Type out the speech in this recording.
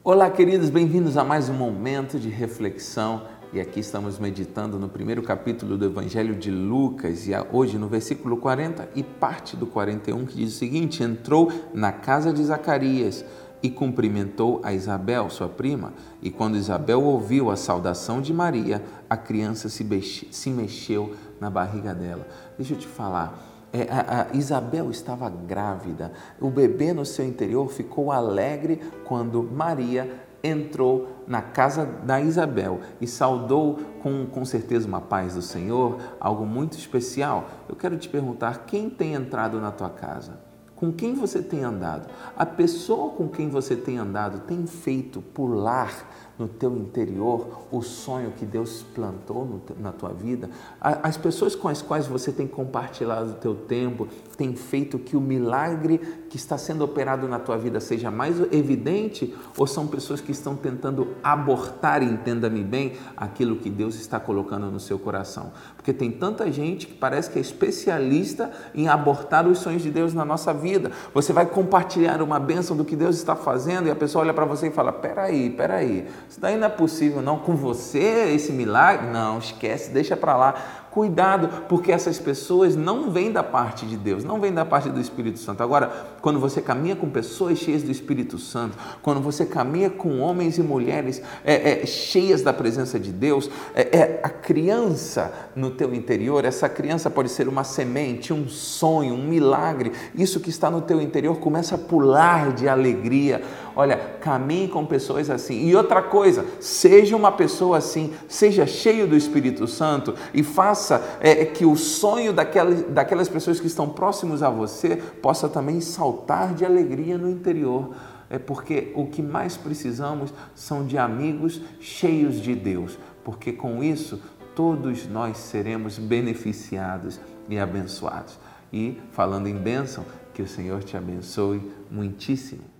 Olá, queridos, bem-vindos a mais um momento de reflexão. E aqui estamos meditando no primeiro capítulo do Evangelho de Lucas, e hoje no versículo 40 e parte do 41, que diz o seguinte: entrou na casa de Zacarias e cumprimentou a Isabel, sua prima. E quando Isabel ouviu a saudação de Maria, a criança se mexeu na barriga dela. Deixa eu te falar. A Isabel estava grávida, o bebê no seu interior ficou alegre quando Maria entrou na casa da Isabel e saudou com certeza uma paz do Senhor, algo muito especial. Eu quero te perguntar, quem tem entrado na tua casa? Com quem você tem andado? A pessoa com quem você tem andado tem feito pular no teu interior o sonho que Deus plantou na tua vida? As pessoas com as quais você tem compartilhado o teu tempo têm feito que o milagre que está sendo operado na tua vida seja mais evidente, ou são pessoas que estão tentando abortar, entenda-me bem, aquilo que Deus está colocando no seu coração? Porque tem tanta gente que parece que é especialista em abortar os sonhos de Deus na nossa vida. Você vai compartilhar uma bênção do que Deus está fazendo e a pessoa olha para você e fala: peraí, isso daí não é possível não, com você esse milagre? Não, esquece, deixa para lá. Cuidado, porque essas pessoas não vêm da parte de Deus, não vêm da parte do Espírito Santo. Agora, quando você caminha com pessoas cheias do Espírito Santo, quando você caminha com homens e mulheres cheias da presença de Deus, a criança no teu interior, essa criança pode ser uma semente, um sonho, um milagre. Isso que está no teu interior começa a pular de alegria. Olha, caminhe com pessoas assim. E outra coisa, seja uma pessoa assim, seja cheio do Espírito Santo e faça que o sonho daquelas pessoas que estão próximos a você possa também saltar de alegria no interior. Porque o que mais precisamos são de amigos cheios de Deus, porque com isso todos nós seremos beneficiados e abençoados. E falando em bênção, que o Senhor te abençoe muitíssimo.